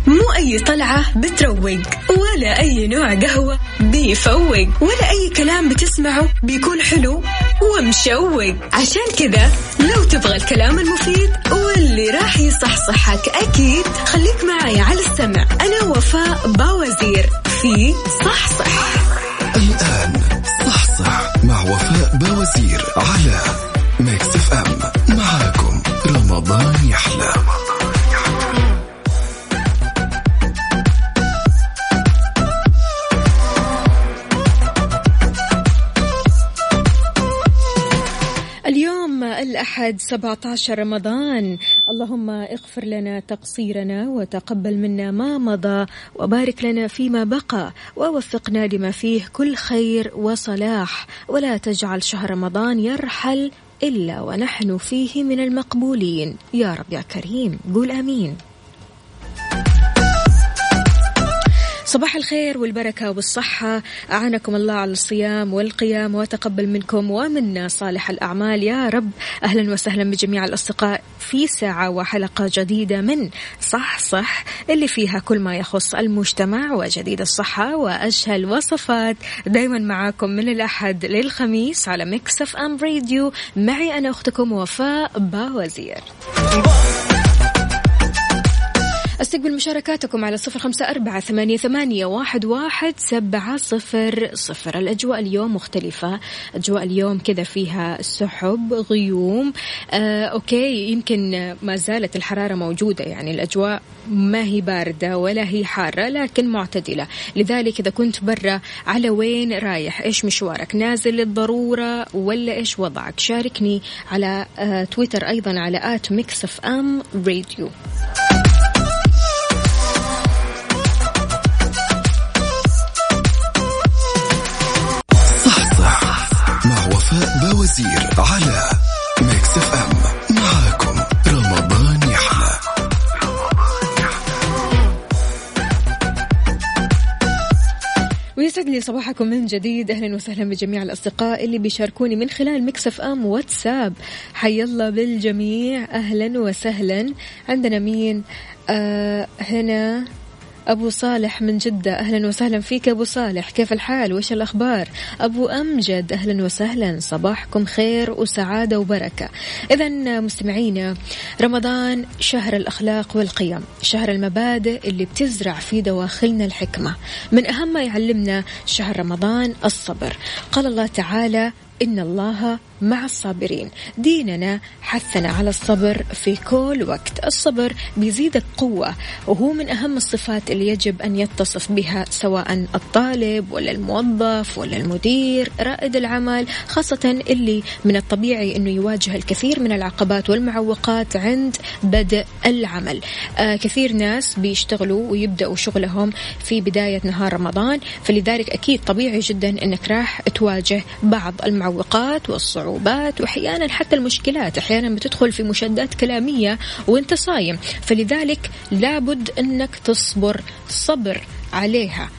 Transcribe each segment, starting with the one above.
مو أي طلعة بتروق، ولا أي نوع قهوة بيفوق، ولا أي كلام بتسمعه بيكون حلو ومشوق. عشان كذا لو تبغى الكلام المفيد واللي راح يصحصحك أكيد خليك معي على السمع. أنا وفاء باوزير في صحصح. الآن صحصح مع وفاء باوزير على ميكس اف ام. معاكم رمضان يحلى. اليوم الأحد 17 رمضان، اللهم اغفر لنا تقصيرنا وتقبل منا ما مضى وبارك لنا فيما بقى ووفقنا لما فيه كل خير وصلاح، ولا تجعل شهر رمضان يرحل إلا ونحن فيه من المقبولين يا رب يا كريم. قول آمين. صباح الخير والبركة والصحة، أعانكم الله على الصيام والقيام وتقبل منكم ومنا صالح الأعمال يا رب. أهلا وسهلا بجميع الأصدقاء في ساعة وحلقة جديدة من صح اللي فيها كل ما يخص المجتمع وجديد الصحة وأشهى الوصفات. دايما معاكم من الأحد للخميس على ميكس اف ام راديو، معي أنا أختكم وفاء باوزير. استقبل مشاركاتكم على 0548811700. الأجواء اليوم مختلفة، أجواء اليوم كذا فيها سحب غيوم. أوكي، يمكن ما زالت الحرارة موجودة، يعني الأجواء ما هي باردة ولا هي حارة لكن معتدلة. لذلك إذا كنت برا على وين رايح، إيش مشوارك، نازل للضرورة ولا إيش وضعك، شاركني على تويتر أيضا على @mixfmradio. باوزير على ميكس اف ام. معاكم رمضان يحلى. ويسعد لي صباحكم من جديد. أهلا وسهلا بجميع الأصدقاء اللي بيشاركوني من خلال ميكس اف ام واتساب. حي الله بالجميع، أهلا وسهلا. عندنا مين هنا؟ أبو صالح من جدة، أهلا وسهلا فيك أبو صالح، كيف الحال وإيش الأخبار؟ أبو أمجد أهلا وسهلا، صباحكم خير وسعادة وبركة. إذن مستمعينا، رمضان شهر الأخلاق والقيم، شهر المبادئ اللي بتزرع في دواخلنا الحكمة. من أهم ما يعلمنا شهر رمضان الصبر. قال الله تعالى: إن الله مع الصابرين. ديننا حثنا على الصبر في كل وقت. الصبر بيزيدك قوة، وهو من أهم الصفات اللي يجب أن يتصف بها سواء الطالب ولا الموظف ولا المدير رائد العمل، خاصة اللي من الطبيعي أنه يواجه الكثير من العقبات والمعوقات عند بدء العمل. كثير ناس بيشتغلوا ويبدأوا شغلهم في بداية نهار رمضان، فلذلك أكيد طبيعي جدا أنك راح تواجه بعض المعوقات والصعوبات وأحيانا حتى المشكلات. أحيانا بتدخل في مشادات كلامية وانت صايم، فلذلك لابد أنك تصبر صبر عليها.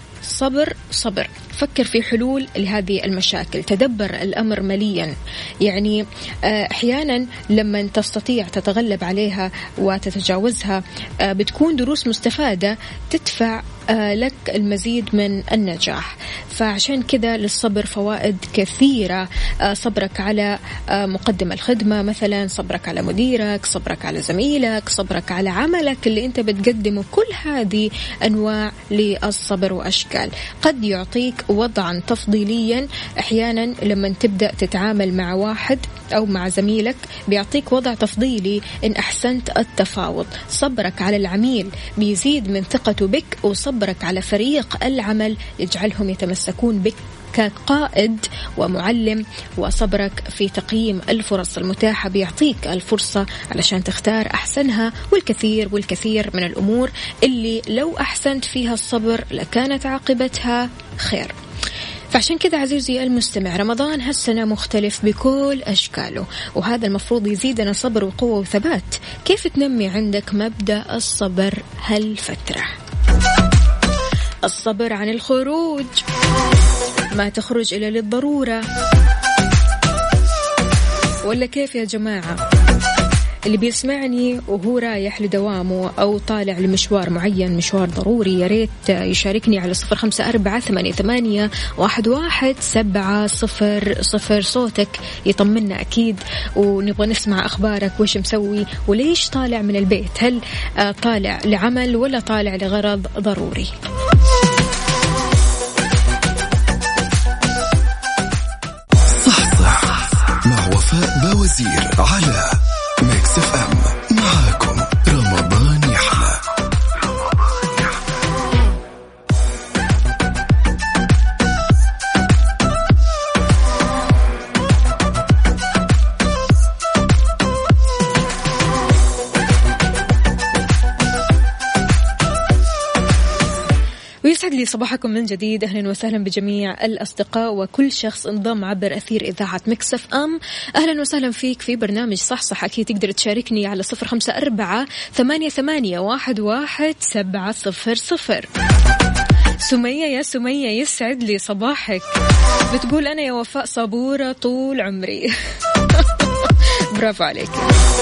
صبر. فكر في حلول لهذه المشاكل، تدبر الأمر مليا. يعني أحيانا لما تستطيع تتغلب عليها وتتجاوزها بتكون دروس مستفادة تدفع لك المزيد من النجاح. فعشان كذا للصبر فوائد كثيرة. صبرك على مقدم الخدمة مثلا، صبرك على مديرك، صبرك على زميلك، صبرك على عملك اللي انت بتقدمه، كل هذه أنواع للصبر وأشكال. قد يعطيك وضعا تفضيليا. أحيانا لما تبدأ تتعامل مع واحد أو مع زميلك بيعطيك وضع تفضيلي إن أحسنت التفاوض. صبرك على العميل بيزيد من ثقته بك، وصبرك على فريق العمل يجعلهم يتمسكون بك كقائد ومعلم. وصبرك في تقييم الفرص المتاحة بيعطيك الفرصة علشان تختار أحسنها، والكثير من الأمور اللي لو أحسنت فيها الصبر لكانت عاقبتها خير. فعشان كذا عزيزي المستمع، رمضان هالسنة مختلف بكل أشكاله، وهذا المفروض يزيدنا صبر وقوة وثبات. كيف تنمي عندك مبدأ الصبر هالفترة؟ الصبر عن الخروج، ما تخرج إلا للضرورة، ولا كيف يا جماعة؟ اللي بيسمعني وهو رايح لدوامه أو طالع لمشوار معين، مشوار ضروري، يا ريت يشاركني على 0548811700. صوتك يطمنا أكيد، ونبغى نسمع أخبارك، وش مسوي وليش طالع من البيت، هل طالع لعمل ولا طالع لغرض ضروري. مع وفاء باوزير على ميكس اف ام. معاكم رمضان يحلى. ويسعد لي صباحكم من جديد. أهلا وسهلا بجميع الأصدقاء وكل شخص انضم عبر أثير إذاعة ميكس اف ام. أهلا وسهلا فيك في برنامج صح. أكيد تقدر تشاركني على 0548811700. سمية، يا سمية يسعد لي صباحك، بتقول أنا يا وفاء صبورة طول عمري. برافو عليك.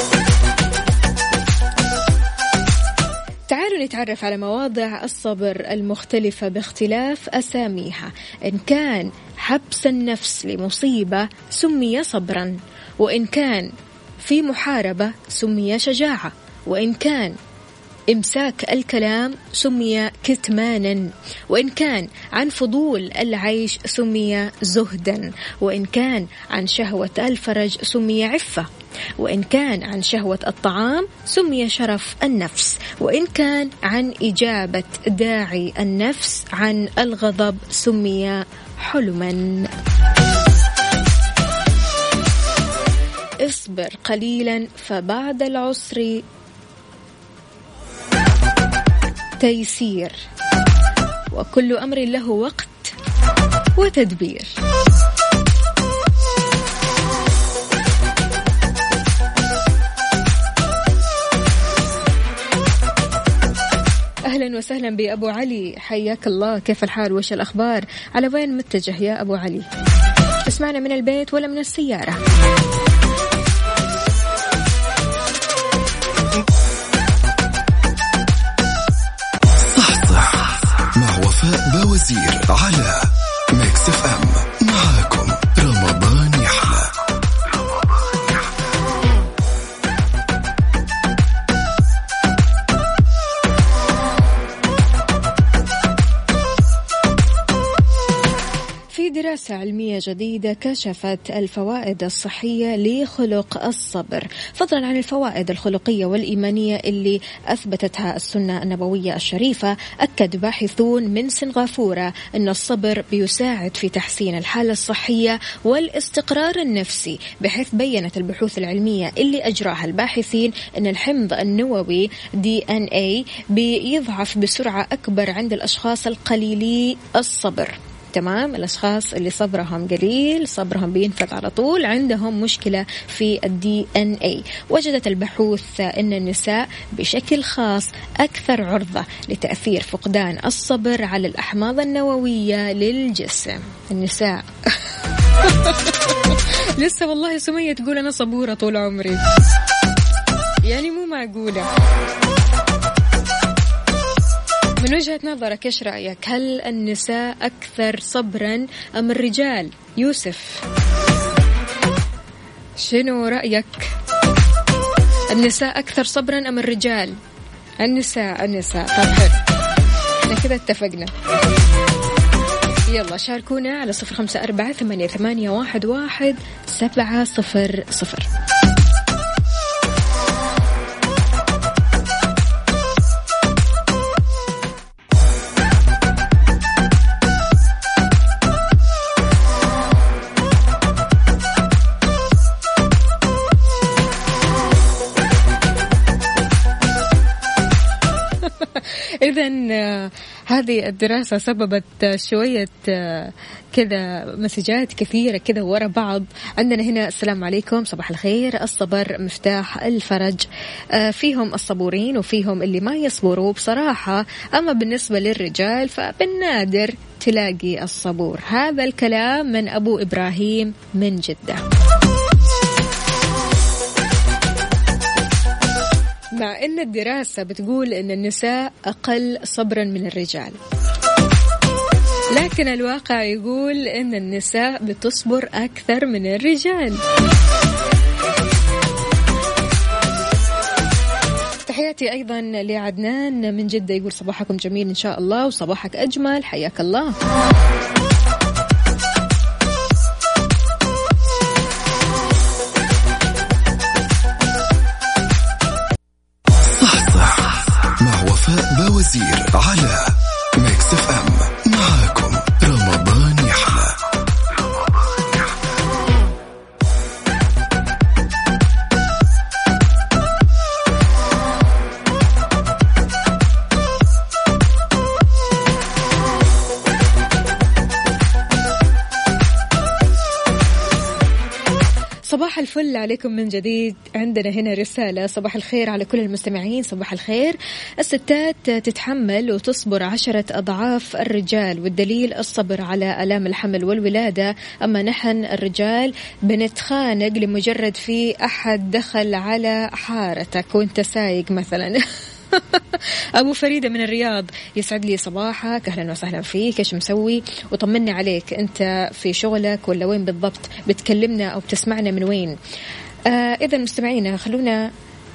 تعالوا نتعرف على مواضع الصبر المختلفة باختلاف أساميها. إن كان حبس النفس لمصيبة سمي صبرا، وإن كان في محاربة سمي شجاعة، وإن كان إمساك الكلام سمي كتمانا، وإن كان عن فضول العيش سمي زهدا، وإن كان عن شهوة الفرج سمي عفة، وإن كان عن شهوة الطعام سمي شرف النفس، وإن كان عن إجابة داعي النفس عن الغضب سمي حلما. اصبر قليلا فبعد العسر تيسير، وكل أمر له وقت وتدبير. أهلا وسهلا بأبو علي، حياك الله، كيف الحال وش الأخبار؟ على وين متجه يا أبو علي؟ تسمعنا من البيت ولا من السيارة؟ مع وفاء باوزير على ميكس اف ام. معاكم رمضان يحلى. في دراسة علمية جديدة كشفت الفوائد الصحية لخلق الصبر، فضلا عن الفوائد الخلقية والإيمانية اللي أثبتتها السنة النبوية الشريفة. أكد باحثون من سنغافورة أن الصبر بيساعد في تحسين الحالة الصحية والاستقرار النفسي، بحيث بيّنت البحوث العلمية اللي أجراها الباحثين أن الحمض النووي DNA بيضعف بسرعة أكبر عند الأشخاص القليلي الصبر. تمام، الأشخاص اللي صبرهم قليل، صبرهم بينفذ على طول، عندهم مشكلة في DNA. وجدت البحوث أن النساء بشكل خاص أكثر عرضة لتأثير فقدان الصبر على الأحماض النووية للجسم. النساء لسه والله سمية تقول أنا صبورة طول عمري، يعني مو معقولة. من وجهة نظرك إيش رأيك؟ هل النساء أكثر صبرا أم الرجال؟ يوسف شنو رأيك؟ النساء أكثر صبرا أم الرجال؟ النساء. طب حلو، احنا كده اتفقنا. يلا شاركونا على 0548811700. إذن هذه الدراسة سببت شوية كذا مسجات كثيرة كذا ورا بعض. عندنا هنا السلام عليكم، صباح الخير، الصبر مفتاح الفرج، فيهم الصبورين وفيهم اللي ما يصبروا بصراحة، أما بالنسبة للرجال فبالنادر تلاقي الصبور. هذا الكلام من أبو إبراهيم من جدة. مع أن الدراسة بتقول أن النساء أقل صبرا من الرجال، لكن الواقع يقول أن النساء بتصبر أكثر من الرجال. تحياتي أيضا لعدنان من جدة، يقول صباحكم جميل إن شاء الله، وصباحك أجمل، حياك الله. مع وفاء باوزير على ميكس اف ام. معاكم رمضان يحلى. صباح الفل عليكم من جديد. عندنا هنا رسالة: صباح الخير على كل المستمعين. صباح الخير. الستات تتحمل وتصبر 10 أضعاف الرجال، والدليل الصبر على آلام الحمل والولادة. أما نحن الرجال بنتخانق لمجرد في أحد دخل على حارتك وانت سايق مثلا. أبو فريدة من الرياض، يسعد لي صباحك، أهلا وسهلا فيك، إيش مسوي؟ وطمني عليك، أنت في شغلك ولا وين بالضبط؟ بتكلمنا أو بتسمعنا من وين؟ إذا مستمعينا خلونا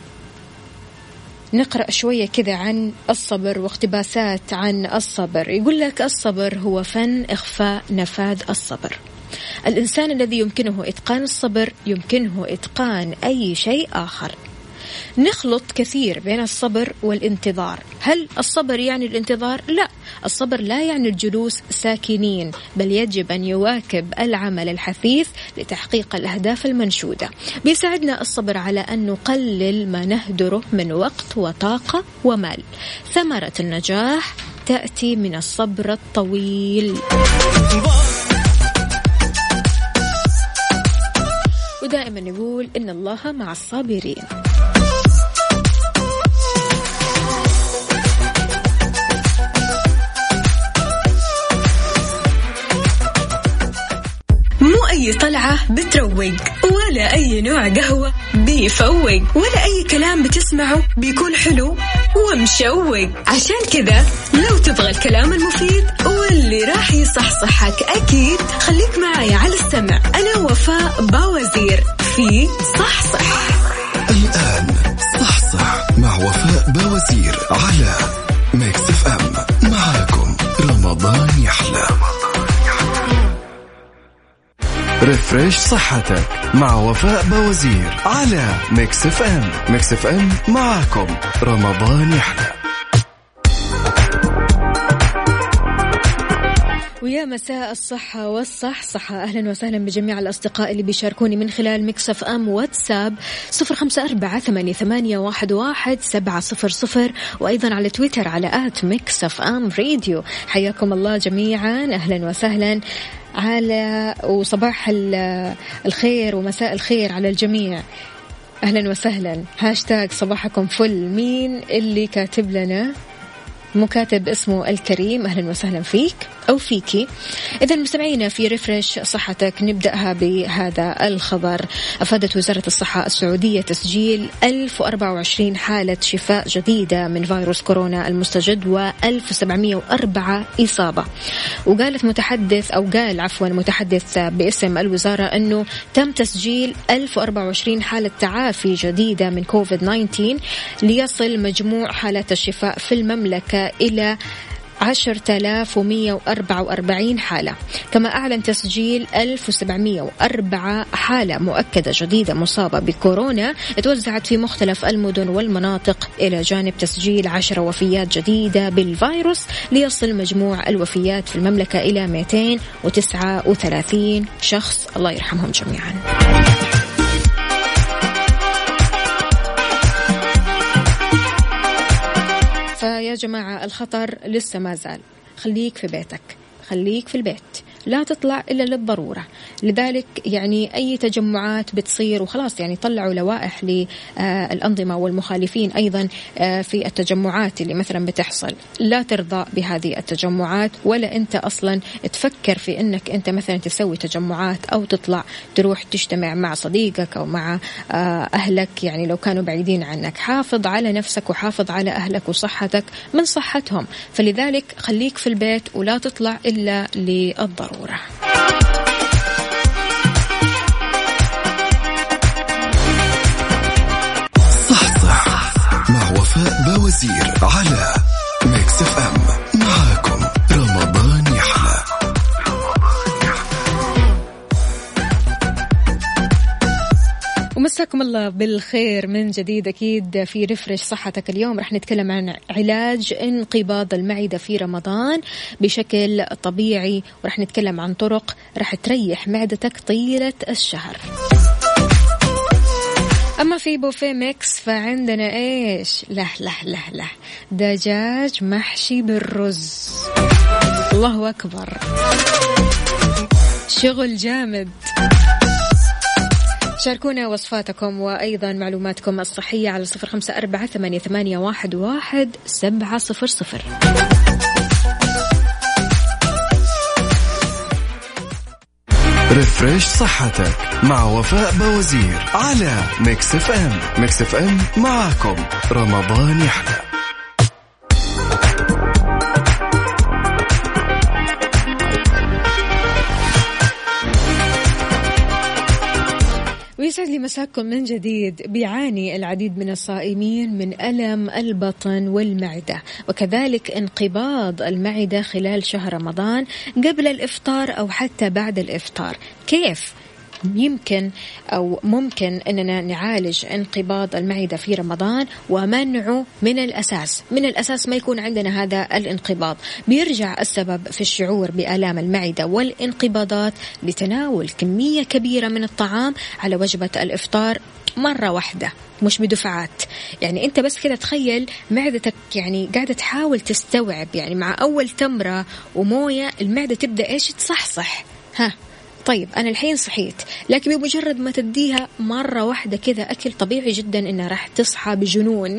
نقرأ شوية كذا عن الصبر واقتباسات عن الصبر. يقول لك: الصبر هو فن إخفاء نفاذ الصبر. الإنسان الذي يمكنه إتقان الصبر يمكنه إتقان أي شيء آخر. نخلط كثير بين الصبر والانتظار. هل الصبر يعني الانتظار؟ لا، الصبر لا يعني الجلوس ساكنين، بل يجب أن يواكب العمل الحثيث لتحقيق الأهداف المنشودة. بيساعدنا الصبر على أن نقلل ما نهدره من وقت وطاقة ومال. ثمرة النجاح تأتي من الصبر الطويل. ودائما نقول إن الله مع الصابرين. مو أي طلعة بتروق، ولا أي نوع قهوة بيفوق، ولا أي كلام بتسمعه بيكون حلو ومشوق. عشان كذا لو تبغى الكلام المفيد واللي راح يصحصحك أكيد خليك معي على السمع. أنا وفاء باوزير في صحصح. الآن صحصح مع وفاء باوزير على ميكس اف ام. معاكم رمضان يحلى. ريفريش صحتك مع وفاء باوزير على ميكس اف ام. ميكس اف ام معاكم رمضان يحلى. ويا مساء الصحة والصحصحة، أهلا وسهلا بجميع الأصدقاء اللي بيشاركوني من خلال ميكس اف ام واتساب 0548811700، وأيضا على تويتر على @ميكس اف ام راديو. حياكم الله جميعا، أهلا وسهلا على وصباح الخير ومساء الخير على الجميع. أهلا وسهلا. هاشتاج صباحكم فل. مين اللي كاتب لنا؟ مكاتب اسمه الكريم، أهلا وسهلا فيك أو فيكي. إذا مستمعينا في ريفريش صحتك نبدأها بهذا الخبر. أفادت وزارة الصحة السعودية تسجيل 1024 حالة شفاء جديدة من فيروس كورونا المستجد و1704 إصابة. وقالت متحدث باسم الوزارة أنه تم تسجيل 1024 حالة تعافي جديدة من كوفيد-19 ليصل مجموع حالات الشفاء في المملكة إلى 10,144 حالة. كما أعلن تسجيل 1704 حالة مؤكدة جديدة مصابة بكورونا توزعت في مختلف المدن والمناطق، إلى جانب تسجيل 10 وفيات جديدة بالفيروس ليصل مجموع الوفيات في المملكة إلى 239 شخص، الله يرحمهم جميعا. فيا جماعة الخطر لسه ما زال. خليك في بيتك، خليك في البيت، لا تطلع إلا للضرورة. لذلك يعني أي تجمعات بتصير وخلاص يعني طلعوا لوائح للأنظمة والمخالفين أيضا في التجمعات اللي مثلا بتحصل، لا ترضى بهذه التجمعات ولا أنت أصلا تفكر في أنك أنت مثلا تسوي تجمعات أو تطلع تروح تجتمع مع صديقك أو مع أهلك يعني لو كانوا بعيدين عنك. حافظ على نفسك وحافظ على أهلك وصحتك من صحتهم، فلذلك خليك في البيت ولا تطلع إلا للضرورة. صح مع وفاء بوزير على ميكس اف ام. معاكم رمضان يحلى. ومساكم الله بالخير من جديد. أكيد في رفرش صحتك اليوم رح نتكلم عن علاج انقباض المعدة في رمضان بشكل طبيعي، ورح نتكلم عن طرق رح تريح معدتك طيلة الشهر. أما في بوفيه ميكس فعندنا إيش؟ لا دجاج محشي بالرز. الله أكبر، شغل جامد. شاركونا وصفاتكم وأيضا معلوماتكم الصحية على 0548811700. ريفريش صحتك مع وفاء بوزير على ميكس اف ام. ميكس اف ام معاكم رمضان يحلى. ويسعد لي مساكم من جديد. بيعاني العديد من الصائمين من ألم البطن والمعدة وكذلك انقباض المعدة خلال شهر رمضان قبل الإفطار أو حتى بعد الإفطار. كيف يمكن أو ممكن أننا نعالج انقباض المعدة في رمضان ومنعه من الأساس ما يكون عندنا هذا الانقباض؟ بيرجع السبب في الشعور بآلام المعدة والانقباضات لتناول كمية كبيرة من الطعام على وجبة الإفطار مرة واحدة، مش بدفعات. يعني أنت بس كده تخيل معدتك يعني قاعدة تحاول تستوعب، يعني مع أول تمرة وموية المعدة تبدأ إيش تصحصح. طيب أنا الحين صحيت، لكن بمجرد ما تديها مرة واحدة كذا أكل طبيعي جدا إنها راح تصحى بجنون.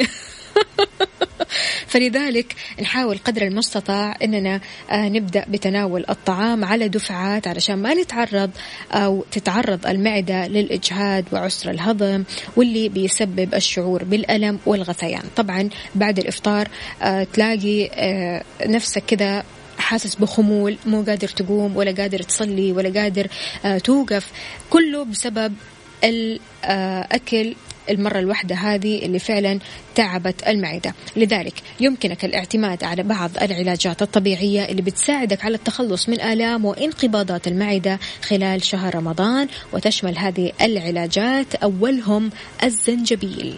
فلذلك نحاول قدر المستطاع إننا نبدأ بتناول الطعام على دفعات علشان ما نتعرض أو تتعرض المعدة للإجهاد وعسر الهضم واللي بيسبب الشعور بالألم والغثيان. طبعا بعد الإفطار تلاقي نفسك كذا حاسس بخمول، مو قادر تقوم ولا قادر تصلي ولا قادر توقف، كله بسبب الأكل المرة الواحدة هذه اللي فعلا تعبت المعدة. لذلك يمكنك الاعتماد على بعض العلاجات الطبيعية اللي بتساعدك على التخلص من آلام وانقباضات المعدة خلال شهر رمضان، وتشمل هذه العلاجات أولهم الزنجبيل.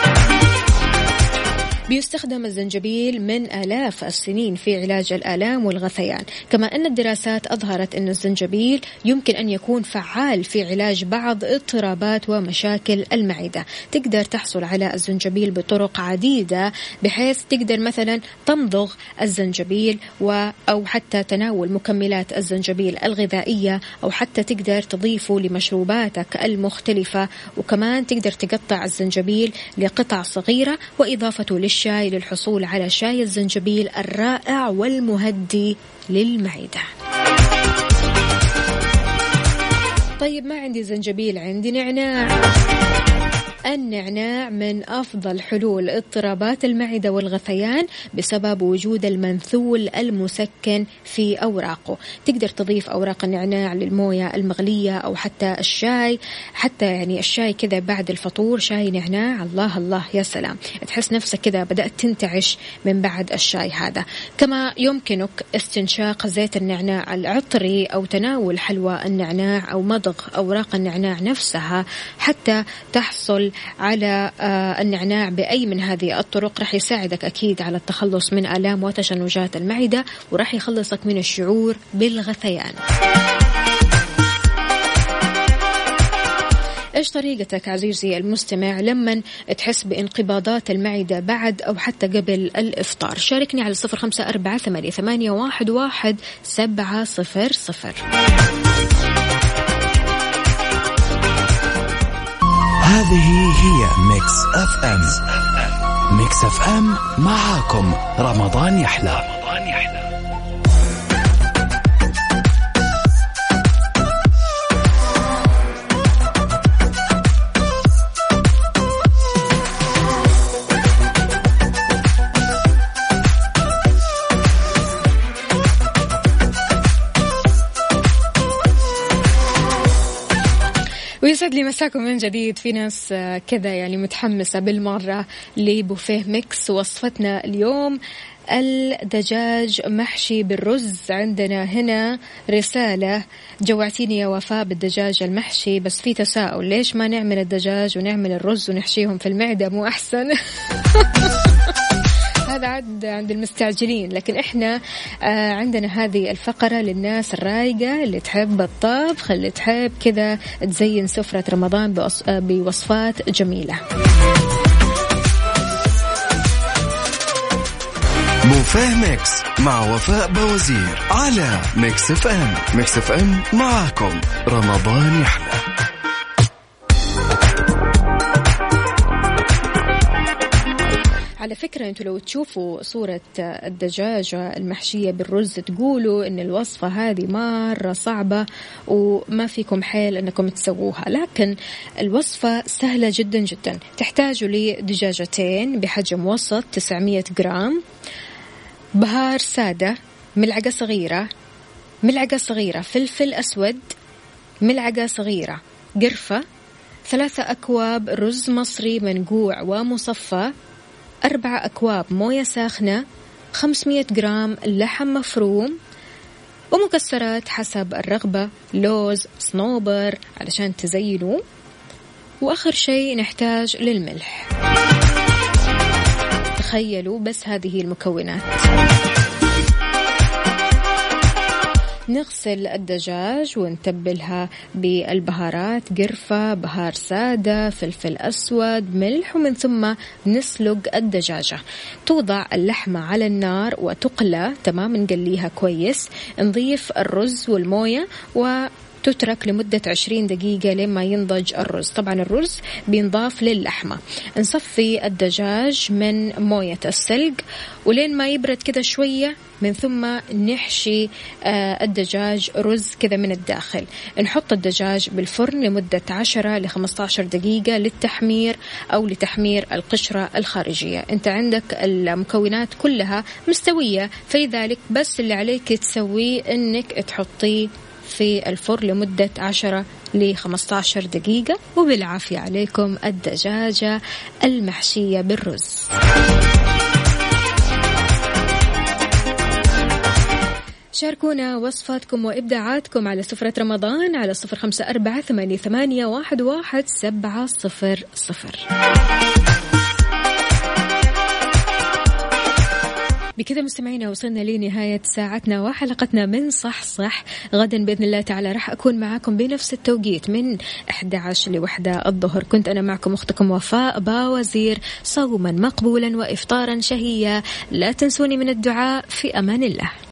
بيستخدم الزنجبيل من آلاف السنين في علاج الآلام والغثيان، كما أن الدراسات أظهرت أن الزنجبيل يمكن أن يكون فعال في علاج بعض اضطرابات ومشاكل المعدة. تقدر تحصل على الزنجبيل بطرق عديدة، بحيث تقدر مثلا تمضغ الزنجبيل أو حتى تناول مكملات الزنجبيل الغذائية، أو حتى تقدر تضيفه لمشروباتك المختلفة، وكمان تقدر تقطع الزنجبيل لقطع صغيرة وإضافته للشاي للحصول على شاي الزنجبيل الرائع والمهدي للمعدة. طيب ما عندي زنجبيل، عندي نعناع. النعناع من أفضل حلول اضطرابات المعدة والغثيان بسبب وجود المنثول المسكن في أوراقه. تقدر تضيف أوراق النعناع للموية المغلية أو حتى الشاي، حتى يعني الشاي كذا بعد الفطور شاي نعناع، الله الله يا سلام، تحس نفسك كذا بدأت تنتعش من بعد الشاي هذا. كما يمكنك استنشاق زيت النعناع العطري أو تناول حلوى النعناع أو مضغ أوراق النعناع نفسها حتى تحصل على النعناع بأي من هذه الطرق. رح يساعدك أكيد على التخلص من آلام وتشنجات المعدة، ورح يخلصك من الشعور بالغثيان. إيش طريقتك عزيزي المستمع لما تحس بانقباضات المعدة بعد أو حتى قبل الإفطار؟ شاركني على 0548811700. هذه هي ميكس اف ام. ميكس اف ام معاكم رمضان يحلى. ويسعد لي مساكم من جديد. في ناس كذا يعني متحمسة بالمرة لبوفيه ميكس. وصفتنا اليوم الدجاج محشي بالرز. عندنا هنا رسالة: جوعتيني يا وفاء بالدجاج المحشي، بس في تساؤل، ليش ما نعمل الدجاج ونعمل الرز ونحشيهم في المعدة مو أحسن؟ هذا عند المستعجلين، لكن إحنا عندنا هذه الفقرة للناس الرايقة اللي تحب الطبخ، اللي تحب كذا تزين سفرة رمضان بوصفات جميلة. بوفيه ميكس مع وفاء بوزير على ميكس اف ام. ميكس اف ام معاكم رمضان يحلى. على فكرة أنتوا لو تشوفوا صورة الدجاجة المحشية بالرز تقولوا إن الوصفة هذه مرة صعبة وما فيكم حيل أنكم تسووها، لكن الوصفة سهلة جدا جدا. تحتاجوا لدجاجتين بحجم وسط 900 جرام، بهار سادة ملعقة صغيرة فلفل أسود ملعقة صغيرة، قرفة، 3 أكواب رز مصري منقوع ومصفى، 4 أكواب موية ساخنة، 500 جرام لحم مفروم، ومكسرات حسب الرغبة، لوز، صنوبر علشان تزينوا، وآخر شيء نحتاج للملح. تخيلوا بس هذه المكونات. نغسل الدجاج ونتبلها بالبهارات، قرفة، بهار سادة، فلفل أسود، ملح، ومن ثم نسلق الدجاجة. توضع اللحمة على النار وتقلى تمام، نقليها كويس. نضيف الرز والموية تترك لمدة 20 دقيقة لما ينضج الرز. طبعا الرز بينضاف للحمة. نصفي الدجاج من موية السلق ولين ما يبرد كذا شوية، من ثم نحشي الدجاج رز كذا من الداخل. نحط الدجاج بالفرن لمدة 10 ل 15 دقيقة للتحمير أو لتحمير القشرة الخارجية. انت عندك المكونات كلها مستوية، فلذلك بس اللي عليك تسويه انك تحطيه في الفرن لمدة 10 ل 15 دقيقة، وبالعافية عليكم الدجاجة المحشية بالرز. شاركونا وصفاتكم وإبداعاتكم على سفرة رمضان على 0548811700. بكذا مستمعينا وصلنا لنهاية ساعتنا وحلقتنا من صح صح. غدا بإذن الله تعالى راح أكون معاكم بنفس التوقيت من 11 ل1 الظهر. كنت أنا معكم أختكم وفاء باوزير. صوما مقبولا وإفطارا شهيا. لا تنسوني من الدعاء. في أمان الله.